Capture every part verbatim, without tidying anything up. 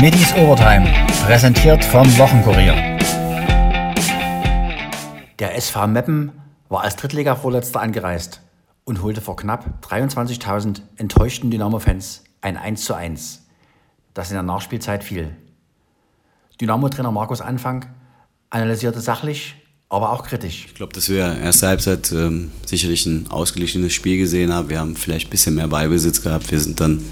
Middies Overtime, präsentiert vom Wochenkurier. Der S V Meppen war als Drittliga-Vorletzter angereist und holte vor knapp dreiundzwanzigtausend enttäuschten Dynamo-Fans ein eins zu eins, das in der Nachspielzeit fiel. Dynamo-Trainer Markus Anfang analysierte sachlich, aber auch kritisch. Ich glaube, dass wir erste Halbzeit ähm, sicherlich ein ausgeglichenes Spiel gesehen haben. Wir haben vielleicht ein bisschen mehr Ballbesitz gehabt. Wir sind dann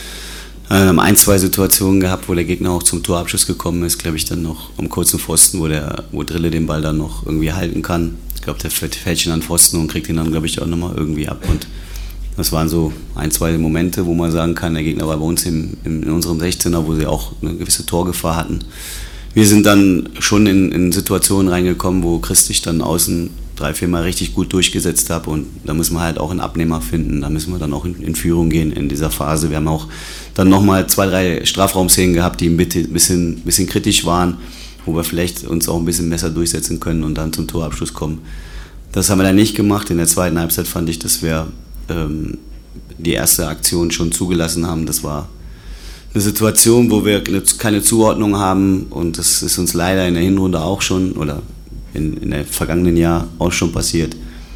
ähm, ein, zwei Situationen gehabt, wo der Gegner auch zum Torabschluss gekommen ist, glaube ich, dann noch am kurzen Pfosten, wo der wo Drille den Ball dann noch irgendwie halten kann. Ich glaube, der fällt schon an den Pfosten und kriegt ihn dann, glaube ich, auch nochmal irgendwie ab. Und das waren so ein, zwei Momente, wo man sagen kann, der Gegner war bei uns im, in unserem sechzehner, wo sie auch eine gewisse Torgefahr hatten. Wir sind dann schon in, in Situationen reingekommen, wo Chris sich dann außen drei, vier Mal richtig gut durchgesetzt hat, und da müssen wir halt auch einen Abnehmer finden, da müssen wir dann auch in, in Führung gehen in dieser Phase. Wir haben auch dann nochmal zwei, drei Strafraumszenen gehabt, die ein bisschen, bisschen kritisch waren, wo wir vielleicht uns auch ein bisschen besser durchsetzen können und dann zum Torabschluss kommen. Das haben wir dann nicht gemacht. In der zweiten Halbzeit fand ich, dass wir ähm, die erste Aktion schon zugelassen haben. Das war eine Situation, wo wir keine Zuordnung haben, und das ist uns leider in der Hinrunde auch schon oder in, in der vergangenen Jahr auch schon passiert.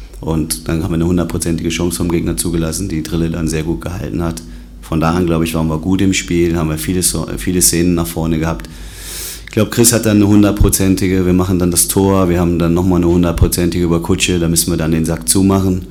Und dann haben wir eine hundertprozentige Chance vom Gegner zugelassen, die Drille dann sehr gut gehalten hat. Von da an, glaube ich, waren wir gut im Spiel, haben wir viele, viele Szenen nach vorne gehabt. Ich glaube, Chris hat dann eine hundertprozentige, wir machen dann das Tor, wir haben dann nochmal eine hundertprozentige über Kutsche, da müssen wir dann den Sack zumachen.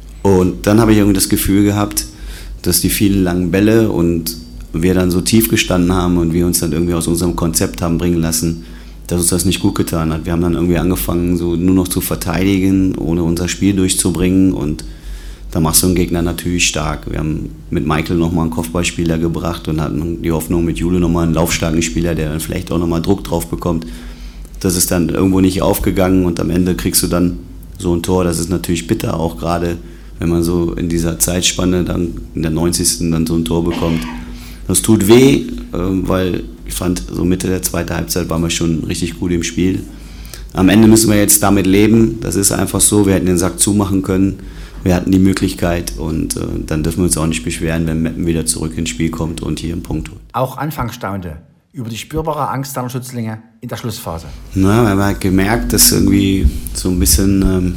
Und dann habe ich irgendwie das Gefühl gehabt, dass die vielen langen Bälle und wir dann so tief gestanden haben und wir uns dann irgendwie aus unserem Konzept haben bringen lassen, dass uns das nicht gut getan hat. Wir haben dann irgendwie angefangen, so nur noch zu verteidigen, ohne unser Spiel durchzubringen, und da machst du einen Gegner natürlich stark. Wir haben mit Michael nochmal einen Kopfballspieler gebracht und hatten die Hoffnung, mit Jule nochmal einen laufstarken Spieler, der dann vielleicht auch nochmal Druck drauf bekommt. Das ist dann irgendwo nicht aufgegangen, und am Ende kriegst du dann so ein Tor. Das ist natürlich bitter, auch gerade wenn man so in dieser Zeitspanne dann in der neunzigsten dann so ein Tor bekommt. Das tut weh, weil ich fand, so Mitte der zweiten Halbzeit waren wir schon richtig gut im Spiel. Am Ende müssen wir jetzt damit leben, das ist einfach so, wir hätten den Sack zumachen können, wir hatten die Möglichkeit, und äh, dann dürfen wir uns auch nicht beschweren, wenn Meppen wieder zurück ins Spiel kommt und hier einen Punkt holt. Auch Anfang staunte über die spürbare Angst deiner Schützlinge in der Schlussphase. Na, man hat gemerkt, dass irgendwie so ein bisschen, ähm,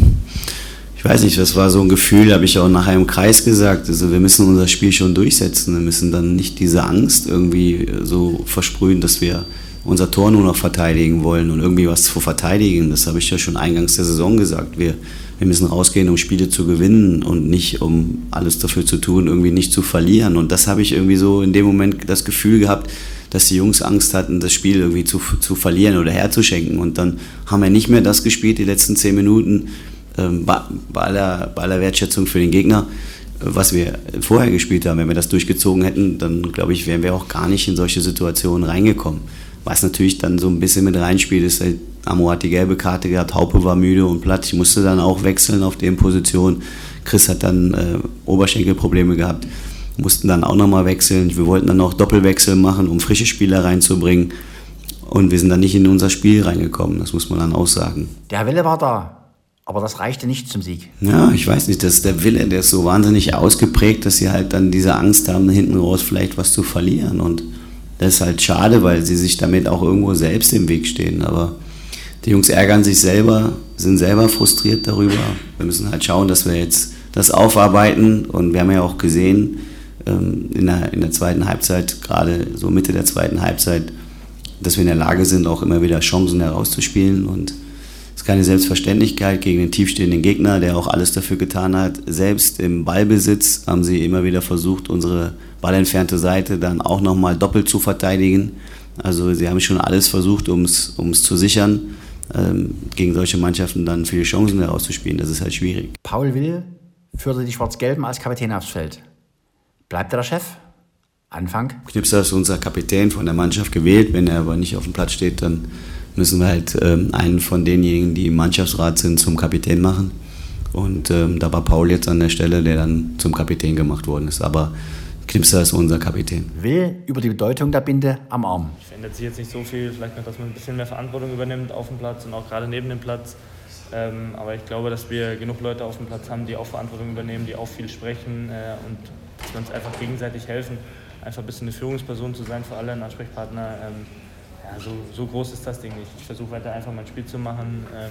ich weiß nicht, das war so ein Gefühl, habe ich auch nachher im Kreis gesagt, also wir müssen unser Spiel schon durchsetzen, wir müssen dann nicht diese Angst irgendwie so versprühen, dass wir unser Tor nur noch verteidigen wollen und irgendwie was zu verteidigen. Das habe ich ja schon eingangs der Saison gesagt. Wir, wir müssen rausgehen, um Spiele zu gewinnen und nicht, um alles dafür zu tun, irgendwie nicht zu verlieren. Und das habe ich irgendwie so in dem Moment das Gefühl gehabt, dass die Jungs Angst hatten, das Spiel irgendwie zu, zu verlieren oder herzuschenken. Und dann haben wir nicht mehr das gespielt, die letzten zehn Minuten, ähm, bei, bei, aller, bei aller Wertschätzung für den Gegner, was wir vorher gespielt haben. Wenn wir das durchgezogen hätten, dann glaube ich, wären wir auch gar nicht in solche Situationen reingekommen. Was natürlich dann so ein bisschen mit reinspielt, ist, Amo hat die gelbe Karte gehabt, Haupe war müde und platt. Ich musste dann auch wechseln auf den Positionen. Chris hat dann äh, Oberschenkelprobleme gehabt, mussten dann auch nochmal wechseln. Wir wollten dann auch Doppelwechsel machen, um frische Spieler reinzubringen. Und wir sind dann nicht in unser Spiel reingekommen, das muss man dann auch sagen. Der Wille war da, aber das reichte nicht zum Sieg. Ja, ich weiß nicht, das ist der Wille, der ist so wahnsinnig ausgeprägt, dass sie halt dann diese Angst haben, hinten raus vielleicht was zu verlieren. Und das ist halt schade, weil sie sich damit auch irgendwo selbst im Weg stehen. Aber die Jungs ärgern sich selber, sind selber frustriert darüber. Wir müssen halt schauen, dass wir jetzt das aufarbeiten. Und wir haben ja auch gesehen, in der, in der zweiten Halbzeit, gerade so Mitte der zweiten Halbzeit, dass wir in der Lage sind, auch immer wieder Chancen herauszuspielen. Und es ist keine Selbstverständlichkeit gegen den tiefstehenden Gegner, der auch alles dafür getan hat. Selbst im Ballbesitz haben sie immer wieder versucht, unsere ballentfernte Seite dann auch nochmal doppelt zu verteidigen. Also sie haben schon alles versucht, um es zu sichern, ähm, gegen solche Mannschaften dann viele Chancen herauszuspielen. Das ist halt schwierig. Paul Will führte die Schwarz-Gelben als Kapitän aufs Feld. Bleibt er der Chef? Anfang? Knipser ist unser Kapitän von der Mannschaft gewählt. Wenn er aber nicht auf dem Platz steht, dann müssen wir halt ähm, einen von denjenigen, die im Mannschaftsrat sind, zum Kapitän machen. Und ähm, da war Paul jetzt an der Stelle, der dann zum Kapitän gemacht worden ist. Aber Knipser ist unser Kapitän. Will über die Bedeutung der Binde am Arm. Ich verändert sich jetzt nicht so viel, vielleicht noch, dass man ein bisschen mehr Verantwortung übernimmt auf dem Platz und auch gerade neben dem Platz. Ähm, aber ich glaube, dass wir genug Leute auf dem Platz haben, die auch Verantwortung übernehmen, die auch viel sprechen äh, und dass wir uns einfach gegenseitig helfen. einfach ein bisschen eine Führungsperson zu sein für alle, ein Ansprechpartner. Ähm, ja, so, so groß ist das Ding nicht. Ich versuche weiter einfach mein Spiel zu machen. Ähm,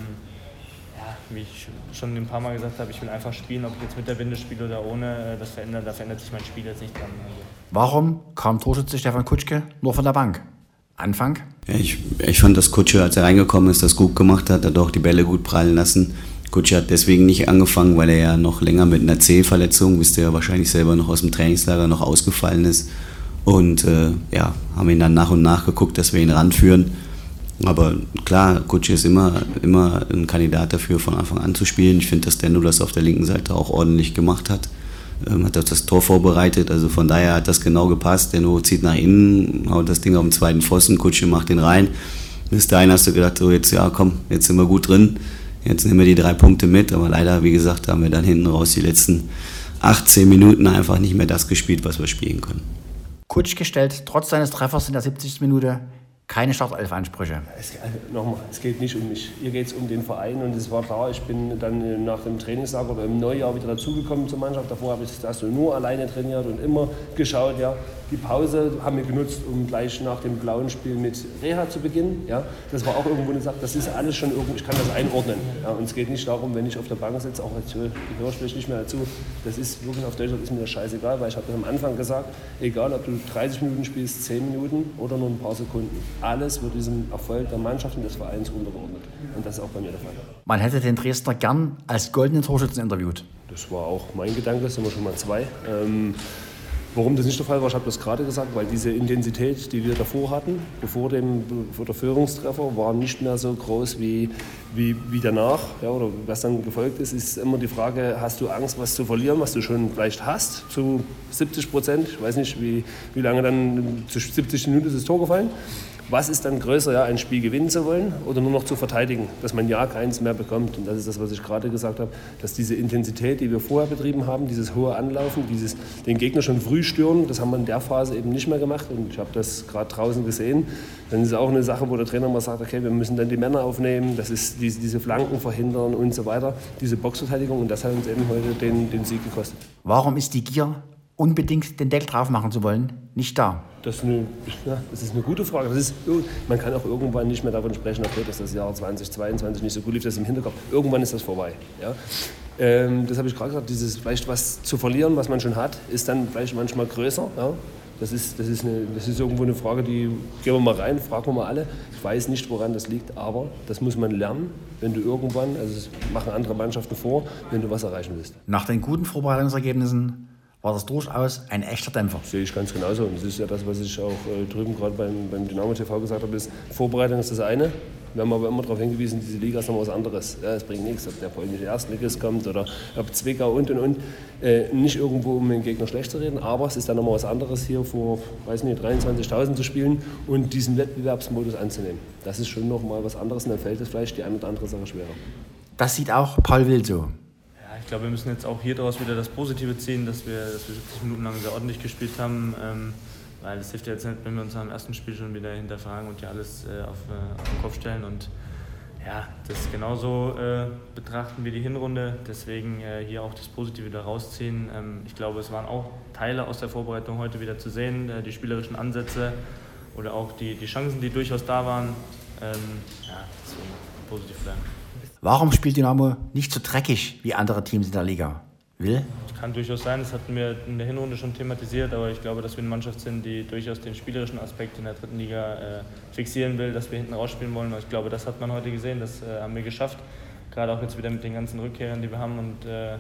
ja, wie ich schon ein paar Mal gesagt habe, ich will einfach spielen, ob ich jetzt mit der Binde spiele oder ohne. Das verändert, da verändert sich mein Spiel jetzt nicht dran. Also. Warum kam Torschütze Stefan Kutschke nur von der Bank? Anfang? Ja, ich, ich fand, dass Kutschke, als er reingekommen ist, das gut gemacht hat, hat auch die Bälle gut prallen lassen. Kutschke hat deswegen nicht angefangen, weil er ja noch länger mit einer Zehverletzung, wisst ihr ja wahrscheinlich selber, noch aus dem Trainingslager noch ausgefallen ist. Und äh, ja, haben ihn dann nach und nach geguckt, dass wir ihn ranführen. Aber klar, Kutschke ist immer, immer ein Kandidat dafür, von Anfang an zu spielen. Ich finde, dass Dendo das auf der linken Seite auch ordentlich gemacht hat. Ähm, hat auch das Tor vorbereitet, also von daher hat das genau gepasst. Dendo zieht nach innen, haut das Ding auf den zweiten Pfosten, Kutschke macht den rein. Bis dahin hast du gedacht, so jetzt, ja komm, jetzt sind wir gut drin. Jetzt nehmen wir die drei Punkte mit, aber leider, wie gesagt, haben wir dann hinten raus die letzten achtzehn Minuten einfach nicht mehr das gespielt, was wir spielen können. Kutschke stellt trotz seines Treffers in der siebzigsten Minute keine Startelf-Ansprüche. Es, also nochmal, es geht nicht um mich. Hier geht es um den Verein und es war klar, ich bin dann nach dem Trainingslager oder im Neujahr wieder dazugekommen zur Mannschaft. Davor habe ich das nur alleine trainiert und immer geschaut, ja. Die Pause haben wir genutzt, um gleich nach dem blauen Spiel mit Reha zu beginnen. Ja. Das war auch irgendwo eine Sache, das ist alles schon irgendwo, ich kann das einordnen. Ja. Und es geht nicht darum, wenn ich auf der Bank sitze, auch jetzt höre ich vielleicht nicht mehr dazu, das ist wirklich auf Deutschland ist mir das scheißegal, weil ich habe das am Anfang gesagt, egal ob du dreißig Minuten spielst, zehn Minuten oder nur ein paar Sekunden, alles wird diesem Erfolg der Mannschaft und des Vereins untergeordnet. Und das ist auch bei mir der Fall. Man hätte den Dresdner gern als goldenen Torschützen interviewt. Das war auch mein Gedanke, das sind wir schon mal zwei. Ähm, Warum das nicht der Fall war, ich habe das gerade gesagt, weil diese Intensität, die wir davor hatten, bevor, dem, bevor der Führungstreffer, war nicht mehr so groß wie, wie, wie danach. Ja, oder was dann gefolgt ist, ist immer die Frage, hast du Angst, was zu verlieren, was du schon vielleicht hast, zu siebzig Prozent. Ich weiß nicht, wie, wie lange dann, zu siebzig Minuten ist das Tor gefallen. Was ist dann größer, ja, ein Spiel gewinnen zu wollen oder nur noch zu verteidigen, dass man ja keins mehr bekommt. Und das ist das, was ich gerade gesagt habe, dass diese Intensität, die wir vorher betrieben haben, dieses hohe Anlaufen, dieses den Gegner schon früh stören, das haben wir in der Phase eben nicht mehr gemacht. Und ich habe das gerade draußen gesehen. Dann ist es auch eine Sache, wo der Trainer mal sagt, okay, wir müssen dann die Männer aufnehmen, das ist diese, diese Flanken verhindern und so weiter, diese Boxverteidigung. Und das hat uns eben heute den, den Sieg gekostet. Warum ist die Gier, unbedingt den Deckel drauf machen zu wollen, nicht da? Das ist, eine, ja, das ist eine gute Frage. Das ist, man kann auch irgendwann nicht mehr davon sprechen, okay, dass das Jahr zweitausendzweiundzwanzig nicht so gut lief, das ist im Hinterkopf. Irgendwann ist das vorbei. Ja? Ähm, das habe ich gerade gesagt, dieses vielleicht was zu verlieren, was man schon hat, ist dann vielleicht manchmal größer. Ja? Das, ist, das, ist eine, das ist irgendwo eine Frage, die gehen wir mal rein, fragen wir mal alle. Ich weiß nicht, woran das liegt, aber das muss man lernen, wenn du irgendwann, also das machen andere Mannschaften vor, wenn du was erreichen willst. Nach den guten Vorbereitungsergebnissen war das durchaus ein echter Dämpfer. Das sehe ich ganz genauso. Und das ist ja das, was ich auch äh, drüben gerade beim, beim Dynamo T V gesagt habe, ist, Vorbereitung ist das eine. Wir haben aber immer darauf hingewiesen, diese Liga ist noch was anderes. Ja, es bringt nichts, ob der polnische Erstligist kommt oder ob Zwickau und und und. Äh, nicht irgendwo, um den Gegner schlecht zu reden, aber es ist dann nochmal was anderes, hier vor, weiß nicht, dreiundzwanzigtausend zu spielen und diesen Wettbewerbsmodus anzunehmen. Das ist schon nochmal was anderes und dann fällt es vielleicht die eine oder andere Sache schwerer. Das sieht auch Paul Wild so. Ich glaube, wir müssen jetzt auch hier daraus wieder das Positive ziehen, dass wir, dass wir siebzig Minuten lang sehr ordentlich gespielt haben. Ähm, weil es hilft ja jetzt nicht, wenn wir uns am ersten Spiel schon wieder hinterfragen und ja alles äh, auf, äh, auf den Kopf stellen. Und ja, das genauso äh, betrachten wir die Hinrunde. Deswegen äh, hier auch das Positive da rausziehen. Ähm, ich glaube, es waren auch Teile aus der Vorbereitung heute wieder zu sehen. Äh, die spielerischen Ansätze oder auch die, die Chancen, die durchaus da waren. Ähm, ja, deswegen positiv bleiben. Warum spielt Dynamo nicht so dreckig wie andere Teams in der Liga? Will? Das kann durchaus sein, das hatten wir in der Hinrunde schon thematisiert, aber ich glaube, dass wir eine Mannschaft sind, die durchaus den spielerischen Aspekt in der dritten Liga äh, fixieren will, dass wir hinten rausspielen wollen. Und ich glaube, das hat man heute gesehen, das äh, haben wir geschafft. Gerade auch jetzt wieder mit den ganzen Rückkehrern, die wir haben. Und äh,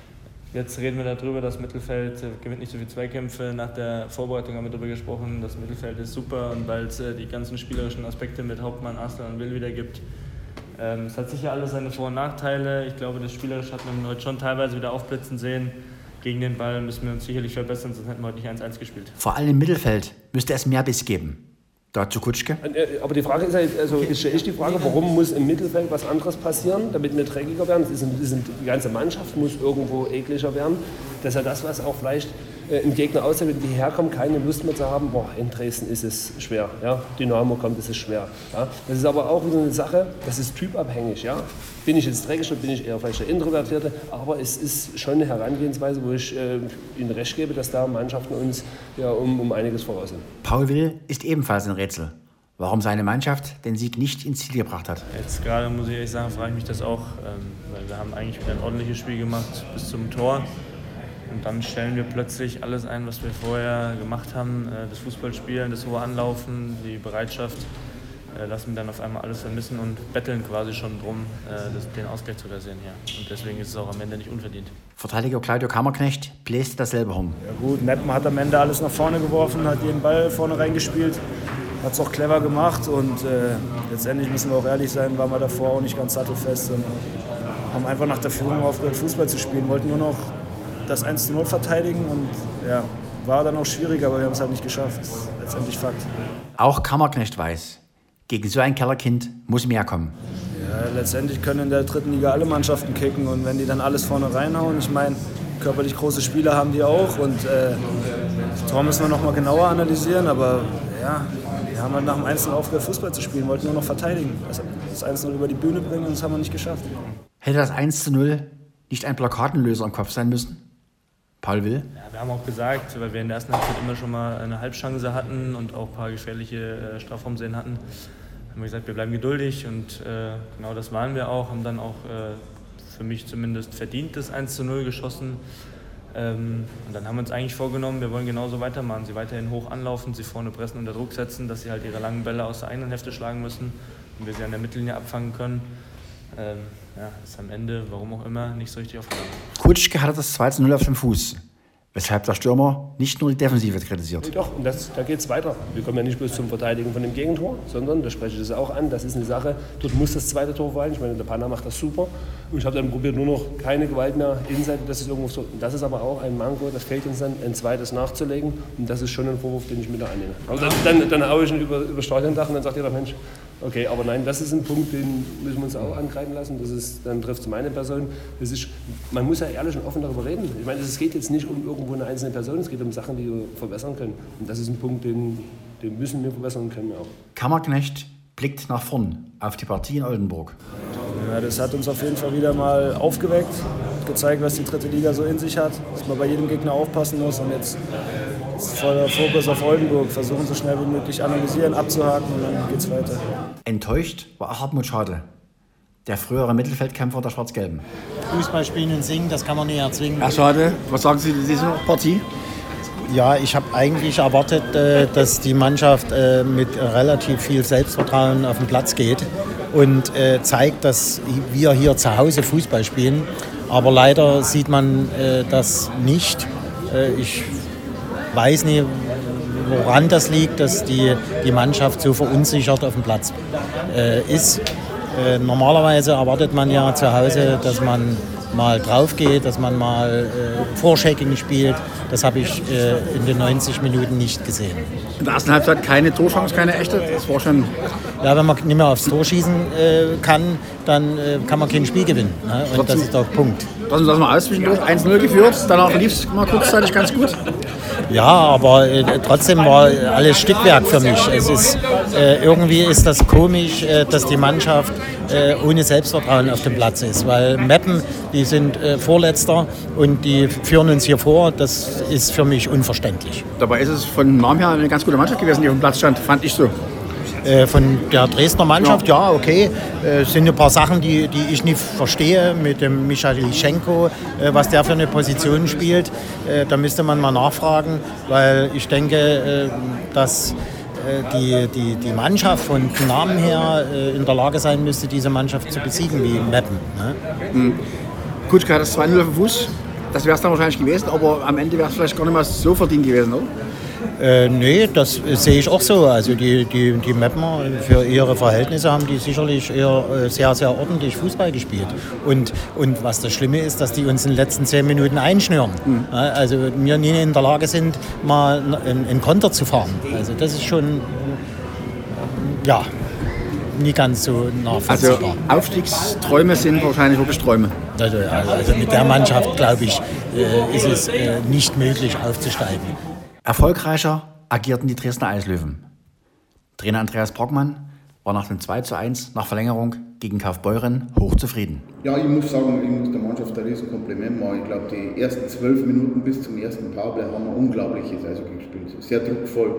jetzt reden wir darüber, das Mittelfeld äh, gewinnt nicht so viele Zweikämpfe. Nach der Vorbereitung haben wir darüber gesprochen, das Mittelfeld ist super und weil es äh, die ganzen spielerischen Aspekte mit Hauptmann, Arslan und Will wieder gibt. Ähm, es hat sicher alles seine Vor- und Nachteile. Ich glaube, das spielerisch hat man heute schon teilweise wieder aufblitzen sehen. Gegen den Ball müssen wir uns sicherlich verbessern, sonst hätten wir heute nicht eins eins gespielt. Vor allem im Mittelfeld müsste es mehr Biss geben. Dazu Kutschke. Aber die Frage ist halt, also ist echt die Frage, warum muss im Mittelfeld was anderes passieren, damit wir dreckiger werden? Das ist, das ist, die ganze Mannschaft muss irgendwo ekliger werden. Das ist ja das, was auch vielleicht äh, ein Gegner aussehen, wenn die herkommen, keine Lust mehr zu haben, boah, in Dresden ist es schwer, ja, Dynamo kommt, ist es schwer. Ja. Das ist aber auch so eine Sache, das ist typabhängig, ja. Bin ich jetzt Träger, bin ich eher vielleicht der Introvertierte, aber es ist schon eine Herangehensweise, wo ich äh, Ihnen recht gebe, dass da Mannschaften uns ja um, um einiges voraus sind. Paul Will ist ebenfalls ein Rätsel, warum seine Mannschaft den Sieg nicht ins Ziel gebracht hat. Jetzt gerade, muss ich ehrlich sagen, frage ich mich das auch, ähm, weil wir haben eigentlich wieder ein ordentliches Spiel gemacht bis zum Tor. Und dann stellen wir plötzlich alles ein, was wir vorher gemacht haben, äh, das Fußballspielen, das hohe Anlaufen, die Bereitschaft, äh, lassen wir dann auf einmal alles vermissen und betteln quasi schon drum, äh, das, den Ausgleich zu kassieren hier. Und deswegen ist es auch am Ende nicht unverdient. Verteidiger Claudio Kammerknecht bläst dasselbe Horn. Ja gut, Meppen hat am Ende alles nach vorne geworfen, hat jeden Ball vorne reingespielt, hat es auch clever gemacht und äh, letztendlich müssen wir auch ehrlich sein, waren wir davor auch nicht ganz sattelfest und haben einfach nach der Führung aufgehört, Fußball zu spielen, wollten nur noch das eins zu null verteidigen und ja, war dann auch schwierig, aber wir haben es halt nicht geschafft. Das ist letztendlich Fakt. Auch Kammerknecht weiß, gegen so ein Kellerkind muss mehr kommen. Ja, letztendlich können in der dritten Liga alle Mannschaften kicken und wenn die dann alles vorne reinhauen, ich meine, körperlich große Spieler haben die auch und äh, das Tor müssen wir noch mal genauer analysieren, aber ja, wir haben halt nach dem eins zu null aufgehört, Fußball zu spielen, wollten nur noch verteidigen. Also das eins zu null über die Bühne bringen und das haben wir nicht geschafft. Hätte das eins zu null nicht ein Plakatenlöser im Kopf sein müssen? Paul Will? Ja, wir haben auch gesagt, weil wir in der ersten Halbzeit immer schon mal eine Halbchance hatten und auch ein paar gefährliche äh, Strafraumszenen hatten, haben wir gesagt, wir bleiben geduldig und äh, genau das waren wir auch, haben dann auch äh, für mich zumindest verdient das eins zu null geschossen. Ähm, und dann haben wir uns eigentlich vorgenommen, wir wollen genauso weitermachen, sie weiterhin hoch anlaufen, sie vorne pressen, unter Druck setzen, dass sie halt ihre langen Bälle aus der eigenen Hälfte schlagen müssen und wir sie an der Mittellinie abfangen können. Ähm, ja, ist am Ende, warum auch immer, nicht so richtig aufgegangen. Kutschke hatte das zwei zu null auf dem Fuß, weshalb der Stürmer nicht nur die Defensive kritisiert. Nee, doch, und das, da geht es weiter. Wir kommen ja nicht bloß zum Verteidigen von dem Gegentor, sondern, da spreche ich das auch an, das ist eine Sache, dort muss das zweite Tor fallen. Ich meine, der Panna macht das super. Und ich habe dann probiert, nur noch keine Gewalt mehr Innenseite, das ist irgendwo so. Und das ist aber auch ein Manko, das fehlt uns dann, ein zweites nachzulegen. Und das ist schon ein Vorwurf, den ich mir da annehme. Aber dann, dann, dann haue ich ihn über, über Stadiondach und dann sagt jeder Mensch, okay, aber nein, das ist ein Punkt, den müssen wir uns auch angreifen lassen. Das ist, dann trifft es meine Person. Das ist, man muss ja ehrlich und offen darüber reden. Ich meine, es geht jetzt nicht um irgendwo eine einzelne Person, es geht um Sachen, die wir verbessern können. Und das ist ein Punkt, den, den müssen wir verbessern und können wir auch. Kammerknecht blickt nach vorn auf die Partie in Oldenburg. Ja, das hat uns auf jeden Fall wieder mal aufgeweckt, gezeigt, was die dritte Liga so in sich hat, dass man bei jedem Gegner aufpassen muss und jetzt ist voller Fokus auf Oldenburg, versuchen so schnell wie möglich analysieren, abzuhaken und dann geht's weiter. Enttäuscht war auch Hartmut Schade, der frühere Mittelfeldkämpfer der Schwarz-Gelben. Fußball spielen und singen, das kann man nicht erzwingen. Herr Schade, was sagen Sie zu dieser Partie? Ja, ich habe eigentlich erwartet, dass die Mannschaft mit relativ viel Selbstvertrauen auf den Platz geht und zeigt, dass wir hier zu Hause Fußball spielen. Aber leider sieht man das nicht. Ich weiß nicht, woran das liegt, dass die, die Mannschaft so verunsichert auf dem Platz ist. Normalerweise erwartet man ja zu Hause, dass man mal drauf geht, dass man mal äh, Vorchecking spielt. Das habe ich äh, in den neunzig Minuten nicht gesehen. In der ersten Halbzeit keine Torchance, keine echte. Das war schon. Ja, wenn man nicht mehr aufs Tor schießen äh, kann, dann äh, kann man kein Spiel gewinnen. Ne? Und das ist der Punkt. Lassen wir das mal aus zwischendurch. eins null geführt, danach lief es mal kurzzeitig ganz gut. Ja, aber äh, trotzdem war alles Stückwerk für mich. Es ist, äh, irgendwie ist das komisch, äh, dass die Mannschaft äh, ohne Selbstvertrauen auf dem Platz ist. Weil Meppen, die sind äh, Vorletzter und die führen uns hier vor. Das ist für mich unverständlich. Dabei ist es von Namen her eine ganz gute Mannschaft gewesen, die auf dem Platz stand, fand ich so. Äh, von der Dresdner Mannschaft, ja, ja okay. Es äh, sind ein paar Sachen, die, die ich nicht verstehe mit dem Michalischenko, äh, was der für eine Position spielt. Äh, da müsste man mal nachfragen, weil ich denke, äh, dass äh, die, die, die Mannschaft von Namen her äh, in der Lage sein müsste, diese Mannschaft zu besiegen wie Meppen. Ne? Mhm. Kutschke hat das zwei null auf dem Fuß. Das wäre es dann wahrscheinlich gewesen, aber am Ende wäre es vielleicht gar nicht mal so verdient gewesen, oder? Äh, nee, das äh, sehe ich auch so. Also die, die, die Mapner für ihre Verhältnisse haben die sicherlich eher äh, sehr, sehr ordentlich Fußball gespielt. Und, und was das Schlimme ist, dass die uns in den letzten zehn Minuten einschnüren. Mhm. Ja, also wir nie in der Lage sind, mal einen Konter zu fahren. Also das ist schon, ja, nie ganz so nachvollziehbar. Also Aufstiegsträume sind wahrscheinlich wirklich Träume. Also, also mit der Mannschaft, glaube ich, äh, ist es äh, nicht möglich aufzusteigen. Erfolgreicher agierten die Dresdner Eislöwen. Trainer Andreas Brockmann war nach dem zwei zu eins nach Verlängerung gegen Kaufbeuren hochzufrieden. Ja, ich muss sagen, ich muss der Mannschaft ein riesen Kompliment machen. Ich glaube, die ersten zwölf Minuten bis zum ersten Powerplay haben wir unglaubliches Eishockey gespielt. Sehr druckvoll,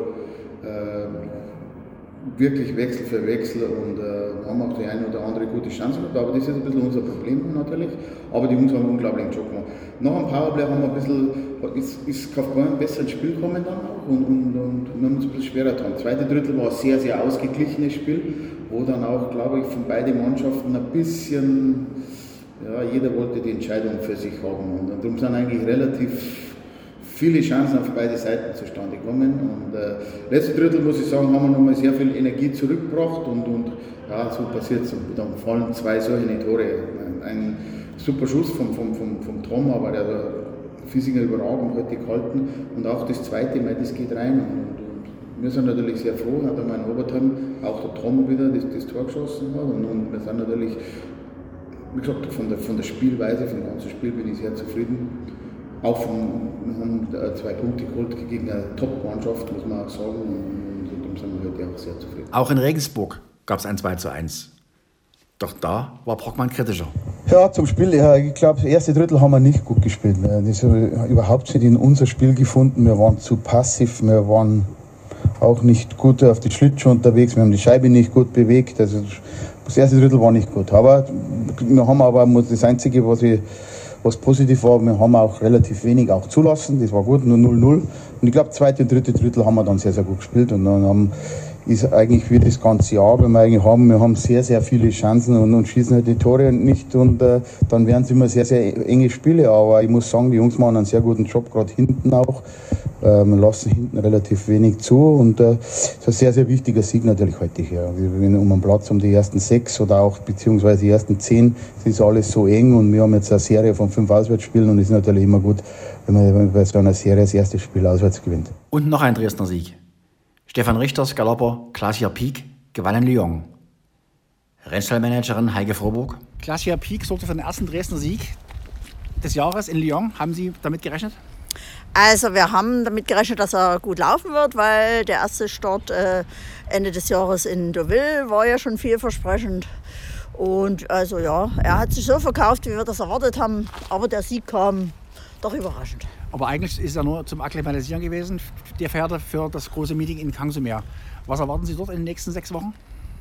äh, wirklich Wechsel für Wechsel und äh, haben auch die eine oder andere gute Chance gehabt. Aber das ist ein bisschen unser Problem natürlich. Aber die Jungs haben einen unglaublichen Job gemacht. Nach dem Powerplay haben wir ein bisschen, ist, ist Kaufbeuren besser ins Spiel gekommen dann auch und, und, und wir haben uns ein bisschen schwerer getan. Das zweite Drittel war ein sehr, sehr ausgeglichenes Spiel, wo dann auch, glaube ich, von beiden Mannschaften ein bisschen, ja, jeder wollte die Entscheidung für sich haben. Und, und darum sind eigentlich relativ viele Chancen auf beide Seiten zustande gekommen. Und äh, letzte Drittel, muss ich sagen, haben wir nochmal sehr viel Energie zurückgebracht und, und ja, so passiert es. Dann fallen zwei solche Tore. Ein, ein super Schuss vom, vom, vom, vom Trom, aber der hat Fiesinger überragend heute gehalten. Und auch das zweite Mal, das geht rein. Und, und wir sind natürlich sehr froh, hat einmal in Obertime auch der Trom wieder das, das Tor geschossen hat. Und, und wir sind natürlich, wie gesagt, von der, von der Spielweise, vom ganzen Spiel bin ich sehr zufrieden. Auch von, wir haben zwei Punkte geholt gegen eine Top-Mannschaft, muss man auch sagen. Und darum sind wir heute auch sehr zufrieden. Auch in Regensburg gab es ein zwei zu eins. Doch da war Brockmann kritischer. Ja, zum Spiel. Ja, ich glaube, das erste Drittel haben wir nicht gut gespielt. Das ist überhaupt nicht in unser Spiel gefunden. Wir waren zu passiv. Wir waren auch nicht gut auf die Schlittschuhe unterwegs. Wir haben die Scheibe nicht gut bewegt. Also das erste Drittel war nicht gut. Aber wir haben aber das Einzige, was ich Was positiv war, wir haben auch relativ wenig auch zulassen, das war gut, nur null null. Und ich glaube, zweite und dritte Drittel haben wir dann sehr, sehr gut gespielt. Und dann haben, ist eigentlich wie das ganze Jahr, wenn wir eigentlich haben, wir haben sehr, sehr viele Chancen und, und schießen halt die Tore nicht. Und äh, dann werden es immer sehr, sehr enge Spiele. Aber ich muss sagen, die Jungs machen einen sehr guten Job, gerade hinten auch. Äh, wir lassen hinten relativ wenig zu. Und äh, das ist ein sehr, sehr wichtiger Sieg natürlich heute hier. Wir gewinnen um einen Platz um die ersten sechs oder auch beziehungsweise die ersten zehn. Es ist alles so eng und wir haben jetzt eine Serie von fünf Auswärtsspielen und es ist natürlich immer gut, wenn man bei so einer Serie das erste Spiel auswärts gewinnt. Und noch ein Dresdner Sieg. Stefan Richters Galopper Glacier Peak gewann in Lyon. Rennstallmanagerin Heike Froburg. Glacier Peak sorgte für den ersten Dresdner Sieg des Jahres in Lyon. Haben Sie damit gerechnet? Also wir haben damit gerechnet, dass er gut laufen wird, weil der erste Start äh, Ende des Jahres in Deauville war ja schon vielversprechend. Und also ja, er hat sich so verkauft, wie wir das erwartet haben, aber der Sieg kam doch überraschend. Aber eigentlich ist er nur zum Akklimatisieren gewesen, der Pferde für das große Meeting in Kansumer. Was erwarten Sie dort in den nächsten sechs Wochen?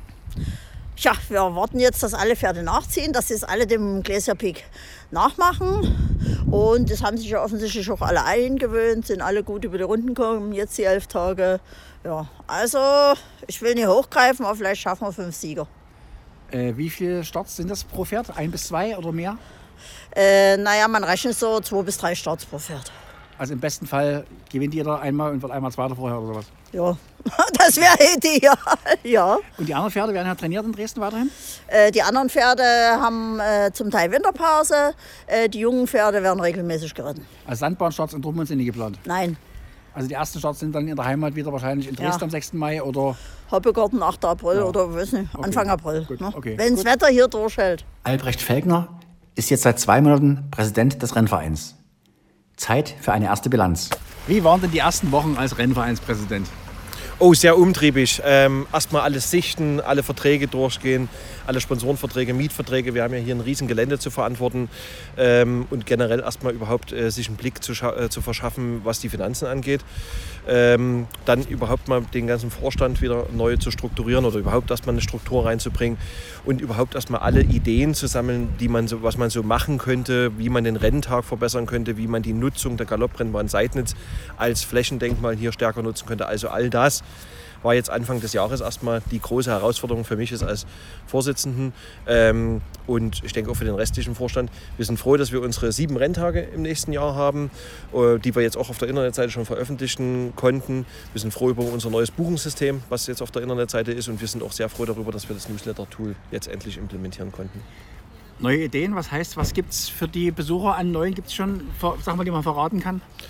Tja, wir erwarten jetzt, dass alle Pferde nachziehen, dass sie es alle dem Glacier Peak nachmachen. Und das haben sich ja offensichtlich auch alle eingewöhnt, sind alle gut über die Runden gekommen, jetzt die elf Tage. Ja, also ich will nicht hochgreifen, aber vielleicht schaffen wir fünf Sieger. Äh, wie viele Starts sind das pro Pferd? Ein bis zwei oder mehr? Äh, naja, man rechnet so zwei bis drei Starts pro Pferd. Also im besten Fall gewinnt jeder einmal und wird einmal Zweiter vorher oder sowas? Ja, das wäre ideal, ja. Und die anderen Pferde werden ja trainiert in Dresden weiterhin? Äh, die anderen Pferde haben äh, zum Teil Winterpause, äh, die jungen Pferde werden regelmäßig geritten. Also Sandbahnstarts in Dortmund sind nicht geplant? Nein. Also die ersten Starts sind dann in der Heimat wieder wahrscheinlich in Dresden ja. am sechsten Mai oder? Hoppegarten achter April ja. oder weiß nicht, okay. Anfang April. Gut. Ne? Okay. Wenn das Wetter hier durchhält. Albrecht Felkner ist jetzt seit zwei Monaten Präsident des Rennvereins. Zeit für eine erste Bilanz. Wie waren denn die ersten Wochen als Rennvereinspräsident? Oh, sehr umtriebig. Ähm, erstmal alles sichten, alle Verträge durchgehen, alle Sponsorenverträge, Mietverträge. Wir haben ja hier ein riesen Gelände zu verantworten ähm, und generell erstmal überhaupt äh, sich einen Blick zu, äh, zu verschaffen, was die Finanzen angeht. Ähm, dann überhaupt mal den ganzen Vorstand wieder neu zu strukturieren oder überhaupt erstmal eine Struktur reinzubringen und überhaupt erstmal alle Ideen zu sammeln, die man so, was man so machen könnte, wie man den Renntag verbessern könnte, wie man die Nutzung der Galopprennbahn Seidnitz als Flächendenkmal hier stärker nutzen könnte. Also all das war jetzt Anfang des Jahres erstmal die große Herausforderung für mich als Vorsitzenden ähm, und ich denke auch für den restlichen Vorstand. Wir sind froh, dass wir unsere sieben Renntage im nächsten Jahr haben, äh, die wir jetzt auch auf der Internetseite schon veröffentlichen konnten. Wir sind froh über unser neues Buchungssystem, was jetzt auf der Internetseite ist und wir sind auch sehr froh darüber, dass wir das Newsletter-Tool jetzt endlich implementieren konnten. Neue Ideen, was heißt, was gibt es für die Besucher an neuen, gibt es schon, Sachen, die man verraten kann?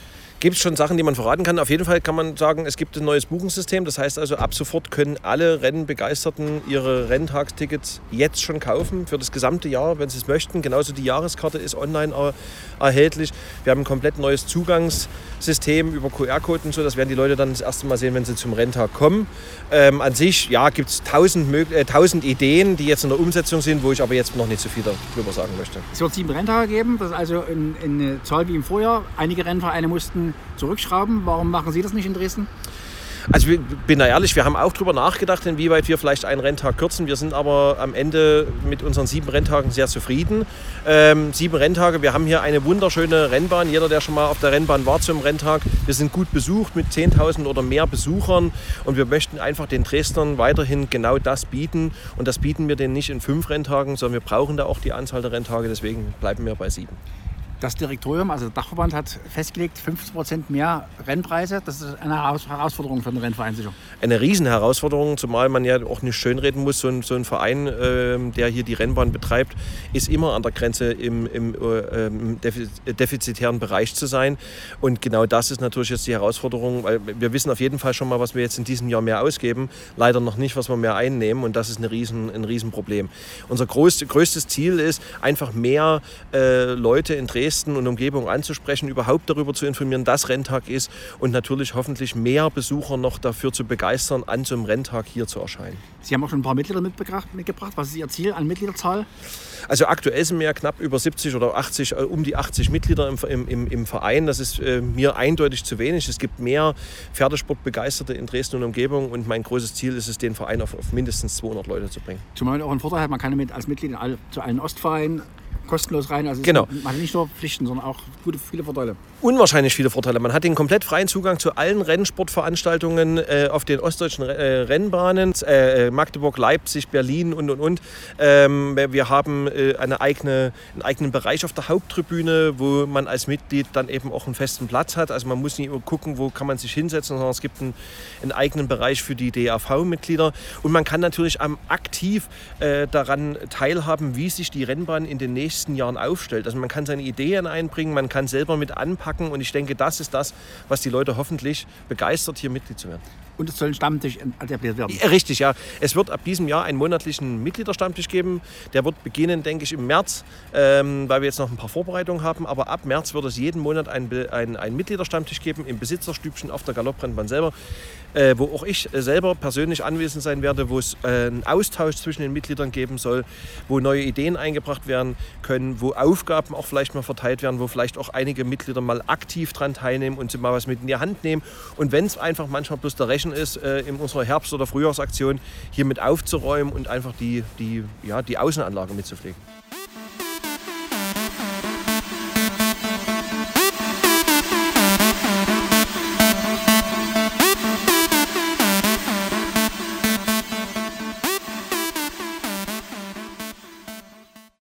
gibt es schon Sachen, die man verraten kann. Auf jeden Fall kann man sagen, es gibt ein neues Buchungssystem. Das heißt also, ab sofort können alle Rennbegeisterten ihre Renntagstickets jetzt schon kaufen für das gesamte Jahr, wenn sie es möchten. Genauso die Jahreskarte ist online er- erhältlich. Wir haben ein komplett neues Zugangssystem über Q R-Code und so. Das werden die Leute dann das erste Mal sehen, wenn sie zum Renntag kommen. Ähm, an sich ja, gibt es tausend, äh, tausend Ideen, die jetzt in der Umsetzung sind, wo ich aber jetzt noch nicht so viel darüber sagen möchte. Es wird sieben Renntage geben, das ist also eine Zahl wie im Vorjahr. Einige Rennvereine mussten zurückschrauben. Warum machen Sie das nicht in Dresden? Also ich bin da ehrlich, wir haben auch darüber nachgedacht, inwieweit wir vielleicht einen Renntag kürzen. Wir sind aber am Ende mit unseren sieben Renntagen sehr zufrieden. Ähm, sieben Renntage, wir haben hier eine wunderschöne Rennbahn. Jeder, der schon mal auf der Rennbahn war zum Renntag, wir sind gut besucht mit zehntausend oder mehr Besuchern. Und wir möchten einfach den Dresdnern weiterhin genau das bieten. Und das bieten wir denen nicht in fünf Renntagen, sondern wir brauchen da auch die Anzahl der Renntage. Deswegen bleiben wir bei sieben. Das Direktorium, also der Dachverband, hat festgelegt, fünfzig Prozent mehr Rennpreise. Das ist eine Herausforderung für den Rennverein sicher. Eine Riesenherausforderung, zumal man ja auch nicht schönreden muss. So ein, so ein Verein, äh, der hier die Rennbahn betreibt, ist immer an der Grenze im, im, äh, im defizitären Bereich zu sein. Und genau das ist natürlich jetzt die Herausforderung, weil wir wissen auf jeden Fall schon mal, was wir jetzt in diesem Jahr mehr ausgeben. Leider noch nicht, was wir mehr einnehmen. Und das ist eine Riesen, ein Riesenproblem. Unser größte, größtes Ziel ist, einfach mehr äh, Leute in Dresden und Umgebung anzusprechen, überhaupt darüber zu informieren, dass Renntag ist und natürlich hoffentlich mehr Besucher noch dafür zu begeistern, an so einem Renntag hier zu erscheinen. Sie haben auch schon ein paar Mitglieder mitgebracht. Was ist Ihr Ziel an Mitgliederzahl? Also aktuell sind wir ja knapp über siebzig oder achtzig, um die achtzig Mitglieder im, im, im Verein. Das ist äh, mir eindeutig zu wenig. Es gibt mehr Pferdesportbegeisterte in Dresden und Umgebung und mein großes Ziel ist es, den Verein auf, auf mindestens zweihundert Leute zu bringen. Zumal man auch einen Vorteil hat, man kann mit, als Mitglied in all, zu allen Ostvereinen kostenlos rein. Also genau. Man hat nicht nur Pflichten, sondern auch gute, viele Vorteile. Unwahrscheinlich viele Vorteile. Man hat den komplett freien Zugang zu allen Rennsportveranstaltungen äh, auf den ostdeutschen äh, Rennbahnen. Äh, Magdeburg, Leipzig, Berlin und, und, und. Ähm, wir haben äh, eine eigene, einen eigenen Bereich auf der Haupttribüne, wo man als Mitglied dann eben auch einen festen Platz hat. Also man muss nicht gucken, wo kann man sich hinsetzen, sondern es gibt einen, einen eigenen Bereich für die D A V-Mitglieder. Und man kann natürlich am aktiv äh, daran teilhaben, wie sich die Rennbahn in den nächsten Jahren aufstellt. Also man kann seine Ideen einbringen, man kann selber mit anpacken und ich denke, das ist das, was die Leute hoffentlich begeistert, hier Mitglied zu werden. Und es soll ein Stammtisch etabliert werden? Richtig, ja. Es wird ab diesem Jahr einen monatlichen Mitgliederstammtisch geben. Der wird beginnen, denke ich, im März, ähm, weil wir jetzt noch ein paar Vorbereitungen haben. Aber ab März wird es jeden Monat einen ein, ein Mitgliederstammtisch geben im Besitzerstübchen auf der Galopprennbahn selber, äh, wo auch ich selber persönlich anwesend sein werde, wo es äh, einen Austausch zwischen den Mitgliedern geben soll, wo neue Ideen eingebracht werden können, wo Aufgaben auch vielleicht mal verteilt werden, wo vielleicht auch einige Mitglieder mal aktiv dran teilnehmen und mal was mit in die Hand nehmen. Und wenn es einfach manchmal bloß der Rechen ist, äh, in unserer Herbst- oder Frühjahrsaktion hier mit aufzuräumen und einfach die, die, ja, die Außenanlage mitzupflegen.